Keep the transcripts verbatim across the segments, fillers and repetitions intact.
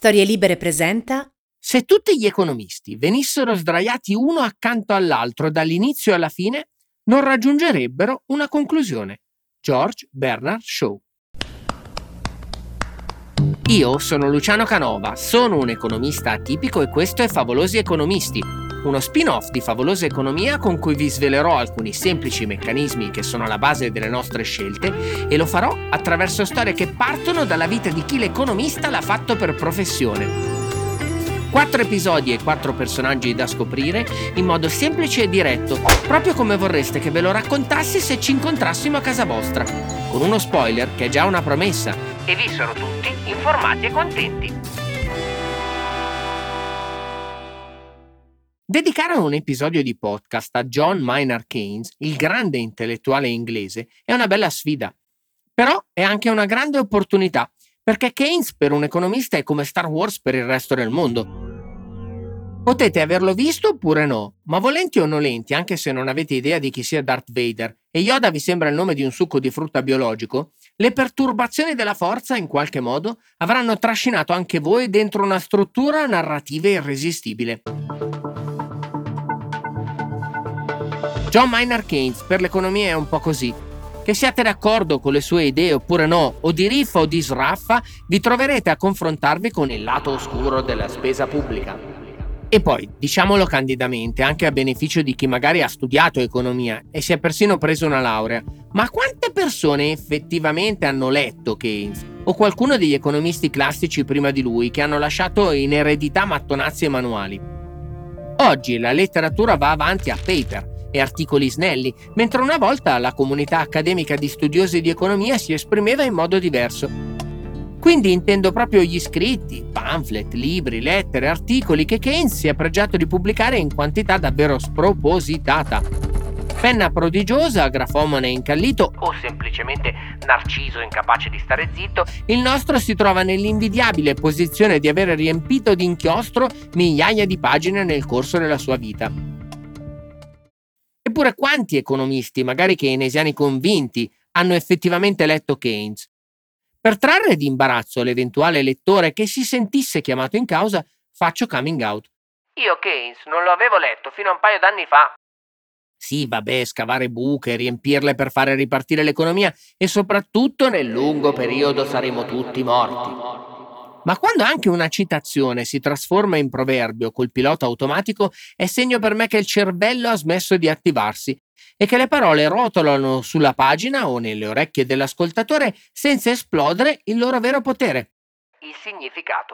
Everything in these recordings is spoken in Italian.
Storie Libere presenta Se tutti gli economisti venissero sdraiati uno accanto all'altro dall'inizio alla fine, non raggiungerebbero una conclusione. George Bernard Shaw. Io sono Luciano Canova, sono un economista atipico e questo è Favolosi Economisti, uno spin-off di Favolosa Economia con cui vi svelerò alcuni semplici meccanismi che sono alla base delle nostre scelte e lo farò attraverso storie che partono dalla vita di chi l'economista l'ha fatto per professione. Quattro episodi e quattro personaggi da scoprire in modo semplice e diretto, proprio come vorreste che ve lo raccontassi se ci incontrassimo a casa vostra, con uno spoiler che è già una promessa, e vissero tutti informati e contenti. Dedicare un episodio di podcast a John Maynard Keynes, il grande intellettuale inglese, è una bella sfida. Però è anche una grande opportunità, perché Keynes per un economista è come Star Wars per il resto del mondo. Potete averlo visto oppure no, ma volenti o nolenti, anche se non avete idea di chi sia Darth Vader e Yoda vi sembra il nome di un succo di frutta biologico, le perturbazioni della forza, in qualche modo, avranno trascinato anche voi dentro una struttura narrativa irresistibile. John Maynard Keynes per l'economia è un po' così. Che siate d'accordo con le sue idee oppure no, o di riffa o di sraffa, vi troverete a confrontarvi con il lato oscuro della spesa pubblica. E poi, diciamolo candidamente, anche a beneficio di chi magari ha studiato economia e si è persino preso una laurea, ma quante persone effettivamente hanno letto Keynes o qualcuno degli economisti classici prima di lui che hanno lasciato in eredità mattonazzi e manuali? Oggi la letteratura va avanti a paper e articoli snelli, mentre una volta la comunità accademica di studiosi di economia si esprimeva in modo diverso. Quindi intendo proprio gli scritti, pamphlet, libri, lettere, articoli che Keynes si è pregiato di pubblicare in quantità davvero spropositata. Penna prodigiosa, grafomane incallito o semplicemente narciso incapace di stare zitto, il nostro si trova nell'invidiabile posizione di aver riempito di inchiostro migliaia di pagine nel corso della sua vita. Eppure quanti economisti, magari keynesiani convinti, hanno effettivamente letto Keynes? Per trarre di imbarazzo l'eventuale lettore che si sentisse chiamato in causa, faccio coming out. Io Keynes non lo avevo letto fino a un paio d'anni fa. Sì, vabbè, scavare buche, riempirle per fare ripartire l'economia e soprattutto nel lungo periodo saremo tutti morti. Ma quando anche una citazione si trasforma in proverbio col pilota automatico, è segno per me che il cervello ha smesso di attivarsi e che le parole rotolano sulla pagina o nelle orecchie dell'ascoltatore senza esplodere il loro vero potere. Il significato.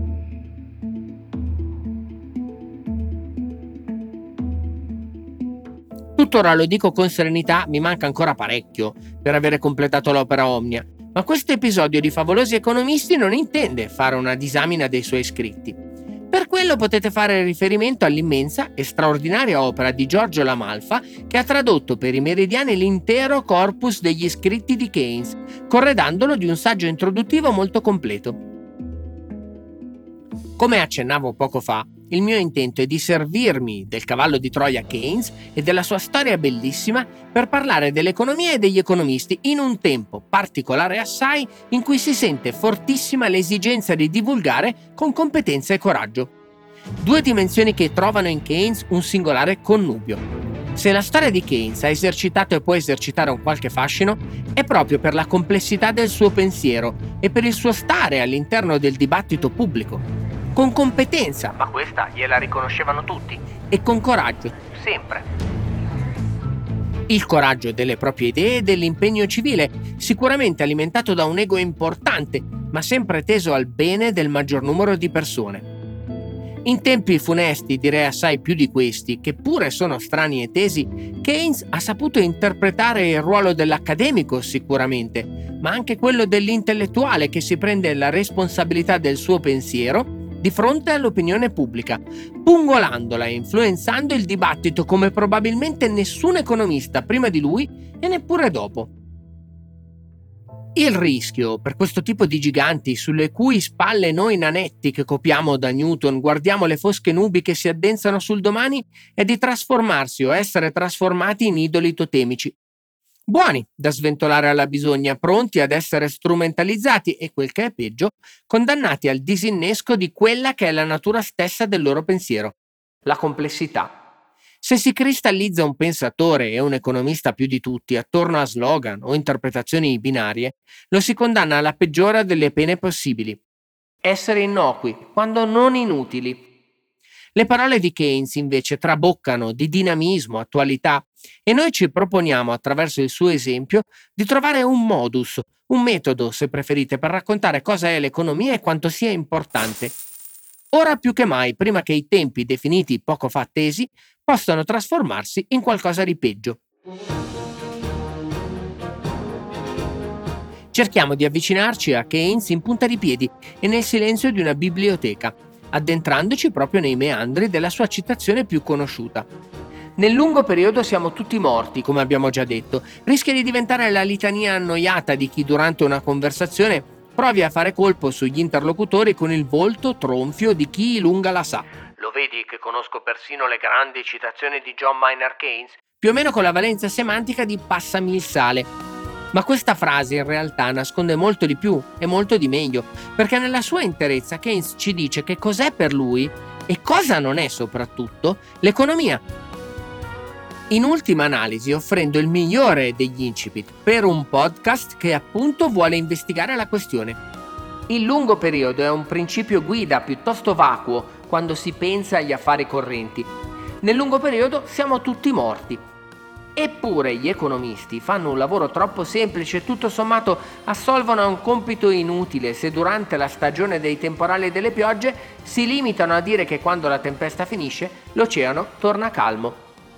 Tuttora lo dico con serenità, mi manca ancora parecchio per avere completato l'opera omnia, ma questo episodio di Favolosi Economisti non intende fare una disamina dei suoi scritti. Per quello potete fare riferimento all'immensa e straordinaria opera di Giorgio Lamalfa che ha tradotto per i meridiani l'intero corpus degli scritti di Keynes, corredandolo di un saggio introduttivo molto completo. Come accennavo poco fa, il mio intento è di servirmi del cavallo di Troia Keynes e della sua storia bellissima per parlare dell'economia e degli economisti in un tempo particolare assai in cui si sente fortissima l'esigenza di divulgare con competenza e coraggio. Due dimensioni che trovano in Keynes un singolare connubio. Se la storia di Keynes ha esercitato e può esercitare un qualche fascino, è proprio per la complessità del suo pensiero e per il suo stare all'interno del dibattito pubblico. Con competenza, ma questa gliela riconoscevano tutti, e con coraggio, sempre. Il coraggio delle proprie idee e dell'impegno civile, sicuramente alimentato da un ego importante, ma sempre teso al bene del maggior numero di persone. In tempi funesti, direi assai più di questi, che pure sono strani e tesi, Keynes ha saputo interpretare il ruolo dell'accademico sicuramente, ma anche quello dell'intellettuale che si prende la responsabilità del suo pensiero di fronte all'opinione pubblica, pungolandola e influenzando il dibattito come probabilmente nessun economista prima di lui e neppure dopo. Il rischio per questo tipo di giganti sulle cui spalle noi nanetti che copiamo da Newton guardiamo le fosche nubi che si addensano sul domani è di trasformarsi o essere trasformati in idoli totemici. Buoni da sventolare alla bisogna, pronti ad essere strumentalizzati e, quel che è peggio, condannati al disinnesco di quella che è la natura stessa del loro pensiero, la complessità. Se si cristallizza un pensatore e un economista più di tutti attorno a slogan o interpretazioni binarie, lo si condanna alla peggiore delle pene possibili: essere innocui, quando non inutili. Le parole di Keynes invece traboccano di dinamismo, attualità, e noi ci proponiamo, attraverso il suo esempio, di trovare un modus, un metodo, se preferite, per raccontare cosa è l'economia e quanto sia importante. Ora più che mai, prima che i tempi definiti poco fa attesi possano trasformarsi in qualcosa di peggio. Cerchiamo di avvicinarci a Keynes in punta di piedi e nel silenzio di una biblioteca, addentrandoci proprio nei meandri della sua citazione più conosciuta. Nel lungo periodo siamo tutti morti, come abbiamo già detto. Rischia di diventare la litania annoiata di chi durante una conversazione provi a fare colpo sugli interlocutori con il volto tronfio di chi lunga la sa. Lo vedi che conosco persino le grandi citazioni di John Maynard Keynes? Più o meno con la valenza semantica di passami il sale. Ma questa frase in realtà nasconde molto di più e molto di meglio, perché nella sua interezza Keynes ci dice che cos'è per lui e cosa non è soprattutto l'economia. In ultima analisi, offrendo il migliore degli incipit per un podcast che appunto vuole investigare la questione. Il lungo periodo è un principio guida piuttosto vacuo quando si pensa agli affari correnti. Nel lungo periodo siamo tutti morti. Eppure gli economisti fanno un lavoro troppo semplice e tutto sommato assolvono a un compito inutile se durante la stagione dei temporali e delle piogge si limitano a dire che quando la tempesta finisce l'oceano torna calmo.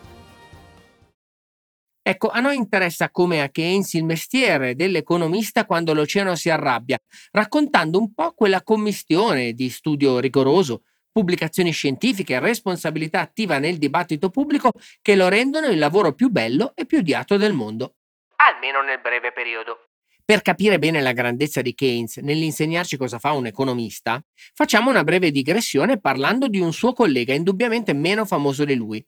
Ecco, a noi interessa come a Keynes il mestiere dell'economista quando l'oceano si arrabbia, raccontando un po' quella commistione di studio rigoroso, pubblicazioni scientifiche e responsabilità attiva nel dibattito pubblico che lo rendono il lavoro più bello e più odiato del mondo. Almeno nel breve periodo. Per capire bene la grandezza di Keynes nell'insegnarci cosa fa un economista, facciamo una breve digressione parlando di un suo collega indubbiamente meno famoso di lui.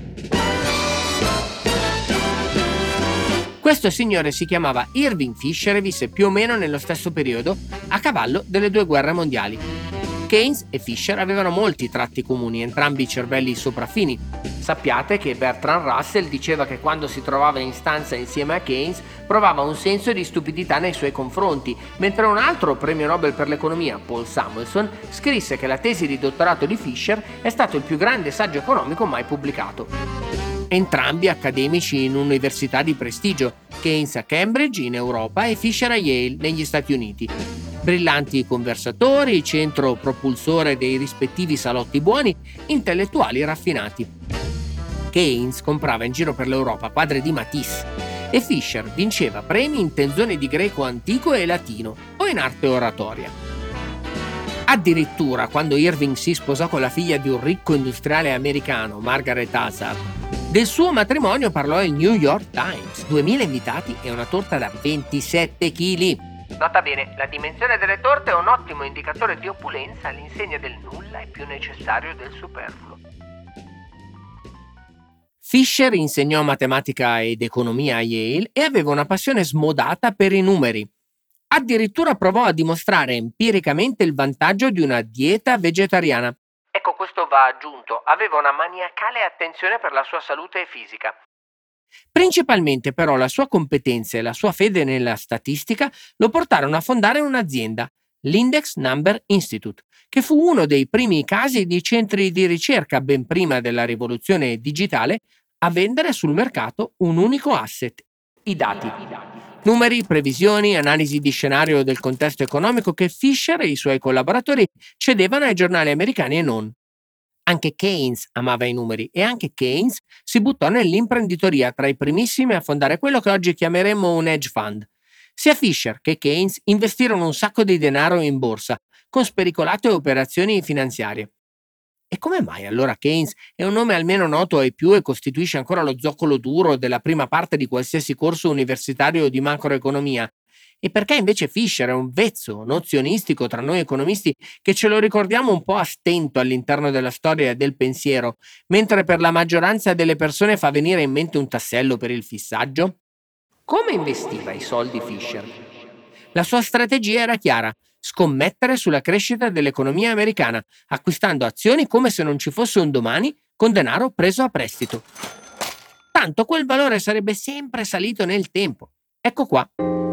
Questo signore si chiamava Irving Fisher e visse più o meno nello stesso periodo, a cavallo delle due guerre mondiali. Keynes e Fisher avevano molti tratti comuni, entrambi cervelli sopraffini. Sappiate che Bertrand Russell diceva che quando si trovava in stanza insieme a Keynes provava un senso di stupidità nei suoi confronti, mentre un altro premio Nobel per l'economia, Paul Samuelson, scrisse che la tesi di dottorato di Fisher è stato il più grande saggio economico mai pubblicato. Entrambi accademici in università di prestigio, Keynes a Cambridge in Europa e Fisher a Yale negli Stati Uniti. Brillanti conversatori, centro propulsore dei rispettivi salotti buoni, intellettuali raffinati. Keynes comprava in giro per l'Europa quadri di Matisse e Fisher vinceva premi in tenzone di greco antico e latino o in arte oratoria. Addirittura quando Irving si sposò con la figlia di un ricco industriale americano, Margaret Hazard, del suo matrimonio parlò il New York Times, duemila invitati e una torta da ventisette chili. Nota bene, la dimensione delle torte è un ottimo indicatore di opulenza all'insegna del nulla è più necessario del superfluo. Fisher insegnò matematica ed economia a Yale e aveva una passione smodata per i numeri. Addirittura provò a dimostrare empiricamente il vantaggio di una dieta vegetariana. Ecco, questo va aggiunto, aveva una maniacale attenzione per la sua salute fisica. Principalmente però la sua competenza e la sua fede nella statistica lo portarono a fondare un'azienda, l'Index Number Institute, che fu uno dei primi casi di centri di ricerca ben prima della rivoluzione digitale a vendere sul mercato un unico asset, i dati. Numeri, previsioni, analisi di scenario del contesto economico che Fisher e i suoi collaboratori cedevano ai giornali americani e non. Anche Keynes amava i numeri e anche Keynes si buttò nell'imprenditoria tra i primissimi a fondare quello che oggi chiameremmo un hedge fund. Sia Fisher che Keynes investirono un sacco di denaro in borsa, con spericolate operazioni finanziarie. E come mai allora Keynes è un nome almeno noto ai più e costituisce ancora lo zoccolo duro della prima parte di qualsiasi corso universitario di macroeconomia? E perché invece Fisher è un vezzo nozionistico tra noi economisti che ce lo ricordiamo un po' a stento all'interno della storia e del pensiero, mentre per la maggioranza delle persone fa venire in mente un tassello per il fissaggio? Come investiva i soldi Fisher? La sua strategia era chiara: scommettere sulla crescita dell'economia americana, acquistando azioni come se non ci fosse un domani, con denaro preso a prestito. Tanto quel valore sarebbe sempre salito nel tempo. Ecco qua.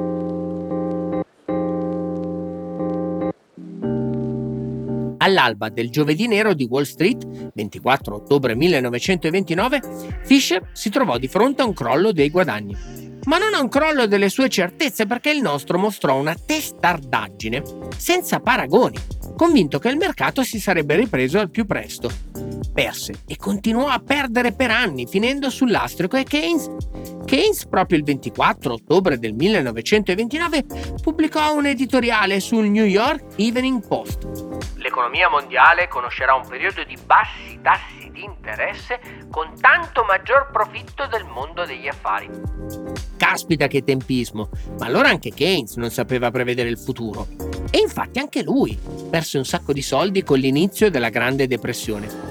All'alba del giovedì nero di Wall Street, ventiquattro ottobre millenovecentoventinove, Fisher si trovò di fronte a un crollo dei guadagni. Ma non a un crollo delle sue certezze, perché il nostro mostrò una testardaggine senza paragoni, convinto che il mercato si sarebbe ripreso al più presto. Perse e continuò a perdere per anni, finendo sul lastrico, e Keynes, Keynes proprio il ventiquattro ottobre del millenovecentoventinove pubblicò un editoriale sul New York Evening Post. L'economia mondiale conoscerà un periodo di bassi tassi di interesse con tanto maggior profitto del mondo degli affari. Caspita che tempismo, ma allora anche Keynes non sapeva prevedere il futuro. E infatti anche lui perse un sacco di soldi con l'inizio della Grande Depressione.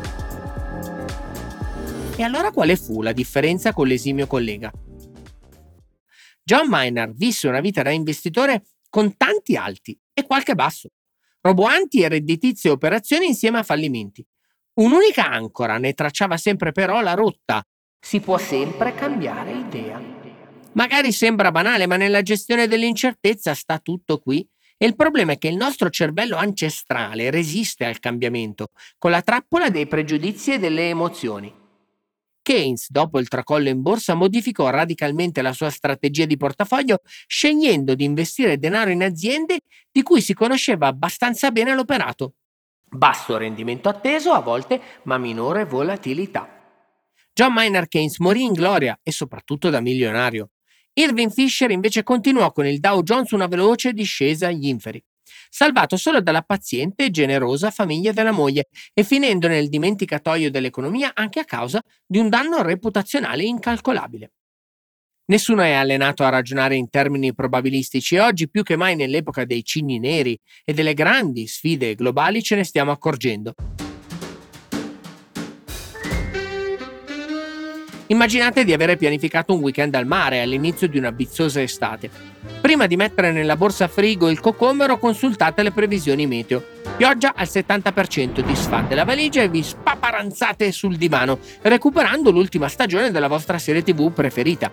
E allora quale fu la differenza con l'esimio collega? John Maynard visse una vita da investitore con tanti alti e qualche basso, roboanti e redditizie operazioni insieme a fallimenti. Un'unica ancora ne tracciava sempre però la rotta: si può sempre cambiare idea. Magari sembra banale, ma nella gestione dell'incertezza sta tutto qui. E il problema è che il nostro cervello ancestrale resiste al cambiamento con la trappola dei pregiudizi e delle emozioni. Keynes, dopo il tracollo in borsa, modificò radicalmente la sua strategia di portafoglio, scegliendo di investire denaro in aziende di cui si conosceva abbastanza bene l'operato. Basso rendimento atteso a volte, ma minore volatilità. John Maynard Keynes morì in gloria e soprattutto da milionario. Irving Fisher invece continuò con il Dow Jones una veloce discesa agli inferi, salvato solo dalla paziente e generosa famiglia della moglie e finendo nel dimenticatoio dell'economia anche a causa di un danno reputazionale incalcolabile. Nessuno è allenato a ragionare in termini probabilistici e oggi più che mai nell'epoca dei cigni neri e delle grandi sfide globali ce ne stiamo accorgendo. Immaginate di avere pianificato un weekend al mare all'inizio di una bizzosa estate. Prima di mettere nella borsa frigo il cocomero, consultate le previsioni meteo. Pioggia al settanta per cento, disfate la valigia e vi spaparanzate sul divano, recuperando l'ultima stagione della vostra serie tivù preferita.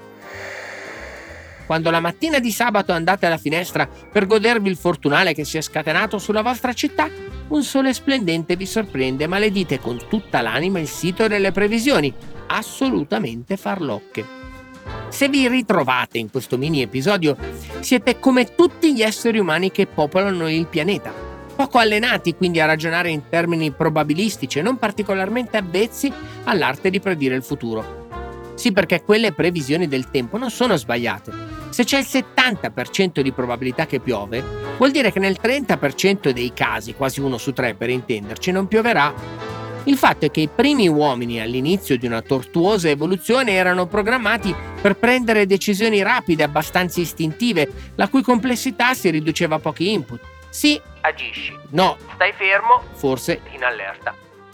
Quando la mattina di sabato andate alla finestra per godervi il fortunale che si è scatenato sulla vostra città, un sole splendente vi sorprende, ma le dite con tutta l'anima il sito delle previsioni, assolutamente farlocche. Se vi ritrovate in questo mini episodio, siete come tutti gli esseri umani che popolano il pianeta, poco allenati quindi a ragionare in termini probabilistici e non particolarmente avvezzi all'arte di predire il futuro. Sì, perché quelle previsioni del tempo non sono sbagliate. Se c'è il settanta per cento di probabilità che piove, vuol dire che nel trenta per cento dei casi, quasi uno su tre per intenderci, non pioverà. Il fatto è che i primi uomini all'inizio di una tortuosa evoluzione erano programmati per prendere decisioni rapide, abbastanza istintive, la cui complessità si riduceva a pochi input. Sì, agisci. No, stai fermo, forse in allerta.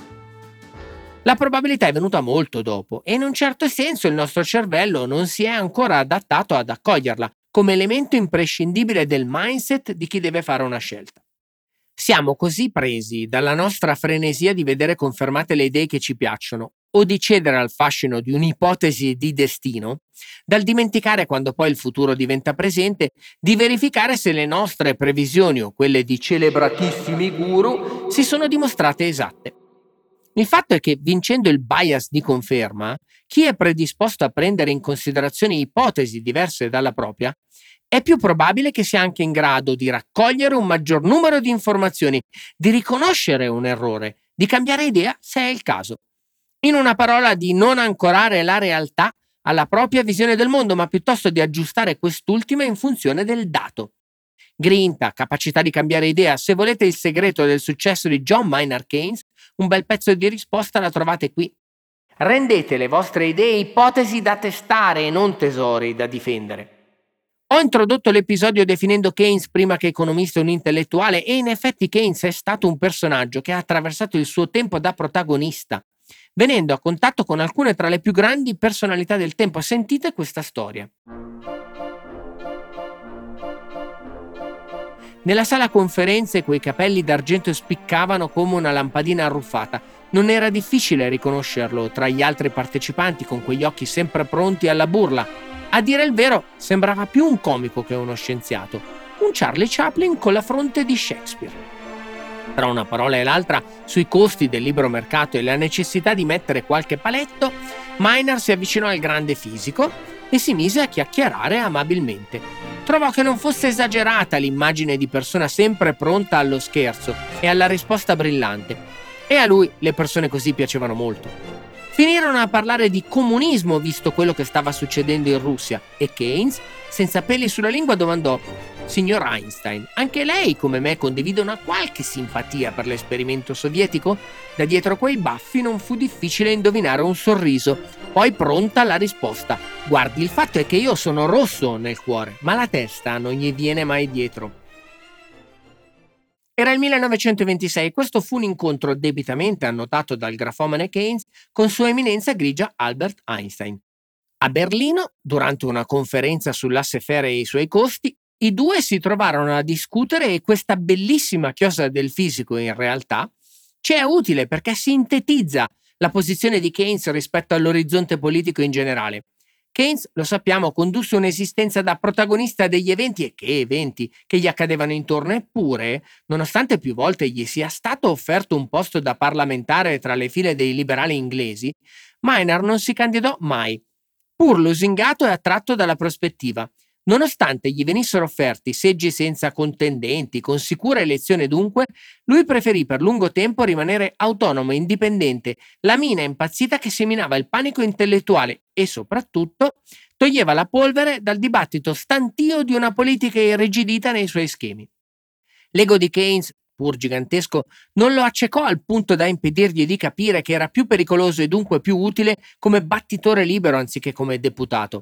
La probabilità è venuta molto dopo e in un certo senso il nostro cervello non si è ancora adattato ad accoglierla come elemento imprescindibile del mindset di chi deve fare una scelta. Siamo così presi dalla nostra frenesia di vedere confermate le idee che ci piacciono o di cedere al fascino di un'ipotesi di destino, dal dimenticare, quando poi il futuro diventa presente, di verificare se le nostre previsioni o quelle di celebratissimi guru si sono dimostrate esatte. Il fatto è che, vincendo il bias di conferma, chi è predisposto a prendere in considerazione ipotesi diverse dalla propria è più probabile che sia anche in grado di raccogliere un maggior numero di informazioni, di riconoscere un errore, di cambiare idea se è il caso. In una parola, di non ancorare la realtà alla propria visione del mondo, ma piuttosto di aggiustare quest'ultima in funzione del dato. Grinta, capacità di cambiare idea. Se volete il segreto del successo di John Maynard Keynes, un bel pezzo di risposta la trovate qui. Rendete le vostre idee ipotesi da testare e non tesori da difendere. Ho introdotto l'episodio definendo Keynes prima che economista un intellettuale e in effetti Keynes è stato un personaggio che ha attraversato il suo tempo da protagonista, venendo a contatto con alcune tra le più grandi personalità del tempo. Sentite questa storia. Nella sala conferenze quei capelli d'argento spiccavano come una lampadina arruffata. Non era difficile riconoscerlo tra gli altri partecipanti con quegli occhi sempre pronti alla burla. A dire il vero, sembrava più un comico che uno scienziato. Un Charlie Chaplin con la fronte di Shakespeare. Tra una parola e l'altra, sui costi del libero mercato e la necessità di mettere qualche paletto, Maynard si avvicinò al grande fisico e si mise a chiacchierare amabilmente. Trovò che non fosse esagerata l'immagine di persona sempre pronta allo scherzo e alla risposta brillante, e a lui le persone così piacevano molto. Finirono a parlare di comunismo, visto quello che stava succedendo in Russia, e Keynes, senza peli sulla lingua, domandò: «Signor Einstein, anche lei come me condivide una qualche simpatia per l'esperimento sovietico?» Da dietro quei baffi non fu difficile indovinare un sorriso, poi pronta la risposta: «Guardi, il fatto è che io sono rosso nel cuore, ma la testa non gli viene mai dietro». Era il millenovecentoventisei e questo fu un incontro debitamente annotato dal grafomane Keynes con Sua Eminenza Grigia Albert Einstein. A Berlino, durante una conferenza sull'asse ferro e i suoi costi, i due si trovarono a discutere e questa bellissima chiosa del fisico in realtà ci è utile perché sintetizza la posizione di Keynes rispetto all'orizzonte politico in generale. Keynes, lo sappiamo, condusse un'esistenza da protagonista degli eventi, e che eventi, che gli accadevano intorno, eppure, nonostante più volte gli sia stato offerto un posto da parlamentare tra le file dei liberali inglesi, Maynard non si candidò mai, pur lusingato e attratto dalla prospettiva. Nonostante gli venissero offerti seggi senza contendenti, con sicura elezione dunque, lui preferì per lungo tempo rimanere autonomo e indipendente, la mina impazzita che seminava il panico intellettuale e, soprattutto, toglieva la polvere dal dibattito stantio di una politica irrigidita nei suoi schemi. L'ego di Keynes, pur gigantesco, non lo accecò al punto da impedirgli di capire che era più pericoloso e dunque più utile come battitore libero anziché come deputato.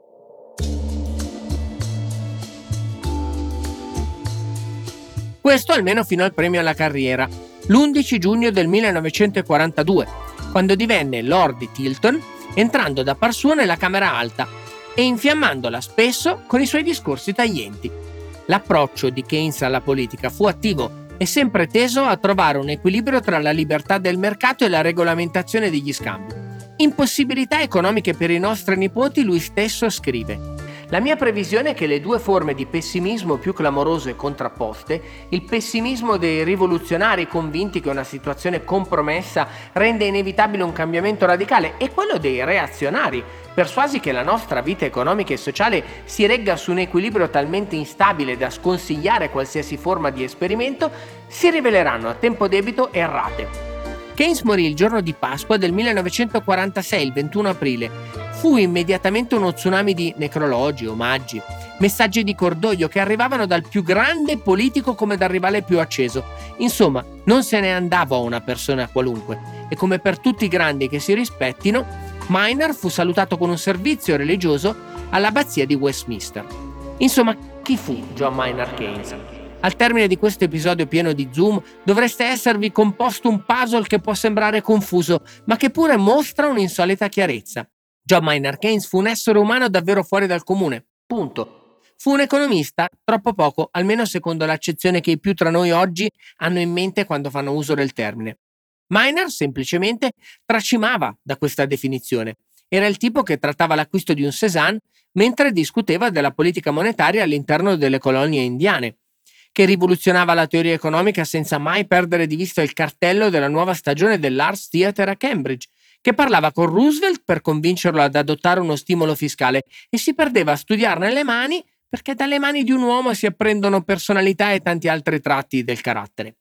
Questo almeno fino al premio alla carriera, l'undici giugno del millenovecentoquarantadue, quando divenne Lord di Tilton, entrando da par suo nella Camera Alta e infiammandola spesso con i suoi discorsi taglienti. L'approccio di Keynes alla politica fu attivo e sempre teso a trovare un equilibrio tra la libertà del mercato e la regolamentazione degli scambi. Impossibilità economiche per i nostri nipoti, lui stesso scrive: «La mia previsione è che le due forme di pessimismo più clamoroso e contrapposte, il pessimismo dei rivoluzionari convinti che una situazione compromessa rende inevitabile un cambiamento radicale, e quello dei reazionari, persuasi che la nostra vita economica e sociale si regga su un equilibrio talmente instabile da sconsigliare qualsiasi forma di esperimento, si riveleranno a tempo debito errate». Keynes morì il giorno di Pasqua del millenovecentoquarantasei, il ventuno aprile. Fu immediatamente uno tsunami di necrologi, omaggi, messaggi di cordoglio che arrivavano dal più grande politico come dal rivale più acceso. Insomma, non se ne andava una persona qualunque, e come per tutti i grandi che si rispettino, Maynard fu salutato con un servizio religioso all'abbazia di Westminster. Insomma, chi fu John Maynard Keynes? Al termine di questo episodio pieno di zoom dovreste esservi composto un puzzle che può sembrare confuso, ma che pure mostra un'insolita chiarezza. John Maynard Keynes fu un essere umano davvero fuori dal comune, punto. Fu un economista? Troppo poco, almeno secondo l'accezione che i più tra noi oggi hanno in mente quando fanno uso del termine. Maynard semplicemente tracimava da questa definizione. Era il tipo che trattava l'acquisto di un Cézanne mentre discuteva della politica monetaria all'interno delle colonie indiane, che rivoluzionava la teoria economica senza mai perdere di vista il cartello della nuova stagione dell'Arts Theatre a Cambridge, che parlava con Roosevelt per convincerlo ad adottare uno stimolo fiscale e si perdeva a studiarne le mani, perché dalle mani di un uomo si apprendono personalità e tanti altri tratti del carattere.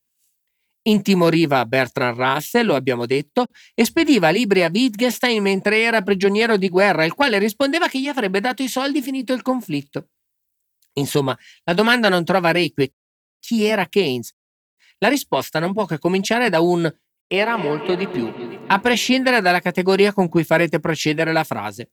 Intimoriva Bertrand Russell, lo abbiamo detto, e spediva libri a Wittgenstein mentre era prigioniero di guerra, il quale rispondeva che gli avrebbe dato i soldi finito il conflitto. Insomma, la domanda non trova requie. Chi era Keynes? La risposta non può che cominciare da un «era molto di più», a prescindere dalla categoria con cui farete procedere la frase.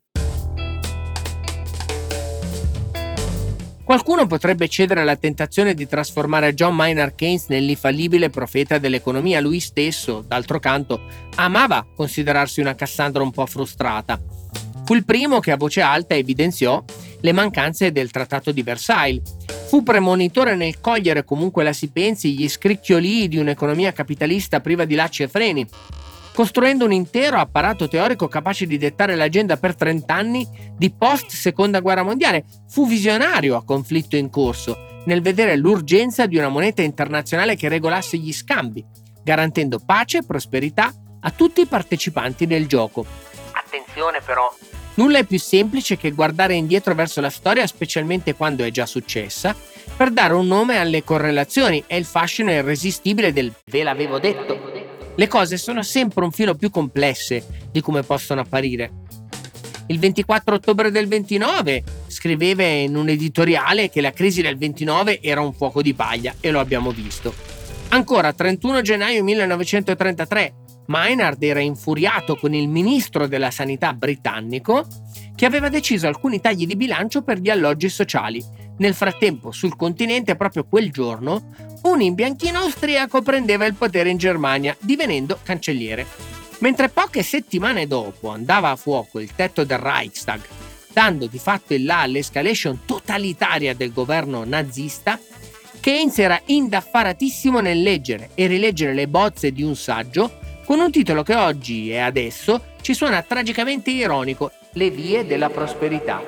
Qualcuno potrebbe cedere alla tentazione di trasformare John Maynard Keynes nell'infallibile profeta dell'economia. Lui stesso, d'altro canto, amava considerarsi una Cassandra un po' frustrata. Fu il primo che a voce alta evidenziò le mancanze del Trattato di Versailles. Fu premonitore nel cogliere, comunque la si pensi, gli scricchiolii di un'economia capitalista priva di lacci e freni, costruendo un intero apparato teorico capace di dettare l'agenda per trent'anni di post-seconda guerra mondiale. Fu visionario a conflitto in corso, nel vedere l'urgenza di una moneta internazionale che regolasse gli scambi, garantendo pace e prosperità a tutti i partecipanti del gioco. Attenzione però, nulla è più semplice che guardare indietro verso la storia, specialmente quando è già successa, per dare un nome alle correlazioni e il fascino irresistibile del "ve l'avevo detto". Le cose sono sempre un filo più complesse di come possono apparire. Il ventiquattro ottobre del ventinove scriveva in un editoriale che la crisi del ventinove era un fuoco di paglia, e lo abbiamo visto. Ancora, trentuno gennaio millenovecentotrentatré, Maynard era infuriato con il ministro della sanità britannico che aveva deciso alcuni tagli di bilancio per gli alloggi sociali. Nel frattempo, sul continente, proprio quel giorno, un imbianchino austriaco prendeva il potere in Germania, divenendo cancelliere. Mentre poche settimane dopo andava a fuoco il tetto del Reichstag, dando di fatto il là all'escalation totalitaria del governo nazista, Keynes era indaffaratissimo nel leggere e rileggere le bozze di un saggio con un titolo che oggi e adesso ci suona tragicamente ironico: Le vie della prosperità.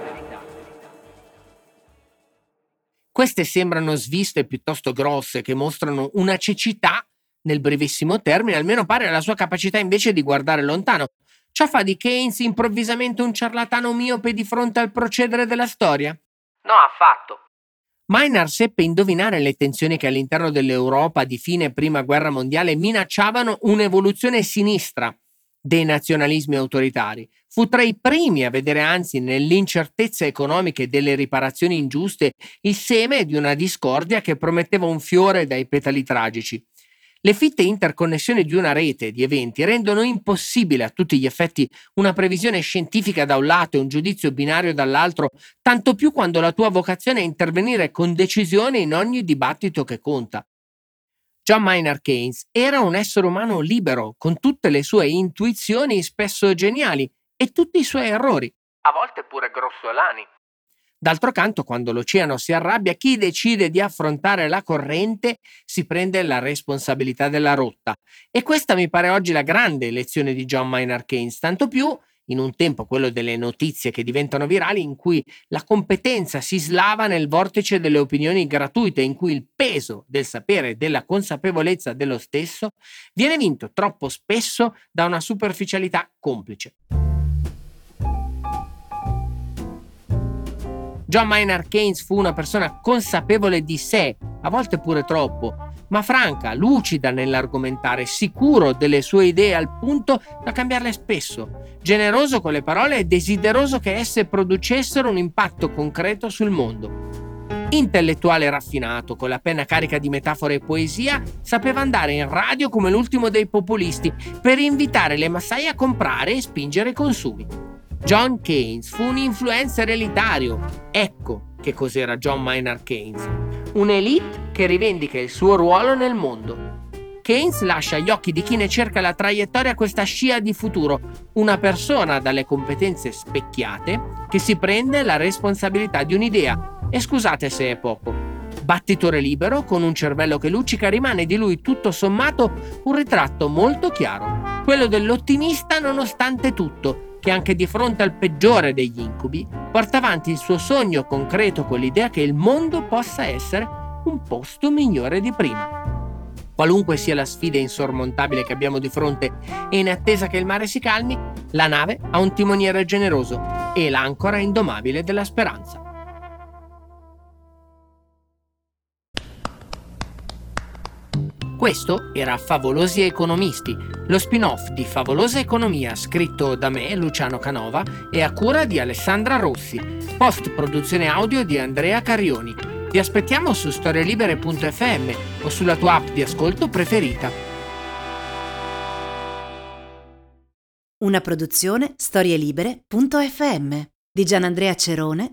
Queste sembrano sviste piuttosto grosse che mostrano una cecità nel brevissimo termine, almeno pare alla sua capacità invece di guardare lontano. Ciò fa di Keynes improvvisamente un ciarlatano miope di fronte al procedere della storia? No, affatto. Maynard seppe indovinare le tensioni che all'interno dell'Europa di fine Prima Guerra Mondiale minacciavano un'evoluzione sinistra dei nazionalismi autoritari. Fu tra i primi a vedere, anzi, nell'incertezza economica e delle riparazioni ingiuste, il seme di una discordia che prometteva un fiore dai petali tragici. Le fitte interconnessioni di una rete di eventi rendono impossibile a tutti gli effetti una previsione scientifica da un lato e un giudizio binario dall'altro, tanto più quando la tua vocazione è intervenire con decisione in ogni dibattito che conta. John Maynard Keynes era un essere umano libero, con tutte le sue intuizioni spesso geniali e tutti i suoi errori, a volte pure grossolani. D'altro canto, quando l'oceano si arrabbia, chi decide di affrontare la corrente si prende la responsabilità della rotta. E questa mi pare oggi la grande lezione di John Maynard Keynes, tanto più in un tempo, quello delle notizie che diventano virali, in cui la competenza si slava nel vortice delle opinioni gratuite, in cui il peso del sapere e della consapevolezza dello stesso viene vinto troppo spesso da una superficialità complice. John Maynard Keynes fu una persona consapevole di sé, a volte pure troppo, ma franca, lucida nell'argomentare, sicuro delle sue idee al punto da cambiarle spesso, generoso con le parole e desideroso che esse producessero un impatto concreto sul mondo. Intellettuale raffinato, con la penna carica di metafore e poesia, sapeva andare in radio come l'ultimo dei populisti per invitare le massaie a comprare e spingere i consumi. John Keynes fu un influencer elitario. Ecco che cos'era John Maynard Keynes. Un'elite che rivendica il suo ruolo nel mondo. Keynes lascia agli occhi di chi ne cerca la traiettoria questa scia di futuro, una persona dalle competenze specchiate che si prende la responsabilità di un'idea, e scusate se è poco. Battitore libero, con un cervello che luccica, rimane di lui tutto sommato un ritratto molto chiaro, quello dell'ottimista nonostante tutto, che anche di fronte al peggiore degli incubi porta avanti il suo sogno concreto con l'idea che il mondo possa essere un posto migliore di prima. Qualunque sia la sfida insormontabile che abbiamo di fronte e in attesa che il mare si calmi, la nave ha un timoniere generoso e l'ancora indomabile della speranza. Questo era Favolosi Economisti, lo spin-off di Favolosa Economia, scritto da me, Luciano Canova, e a cura di Alessandra Rossi, post-produzione audio di Andrea Carioni. Ti aspettiamo su storielibere punto effe emme o sulla tua app di ascolto preferita. Una produzione storielibere punto effe emme di Gianandrea Cerone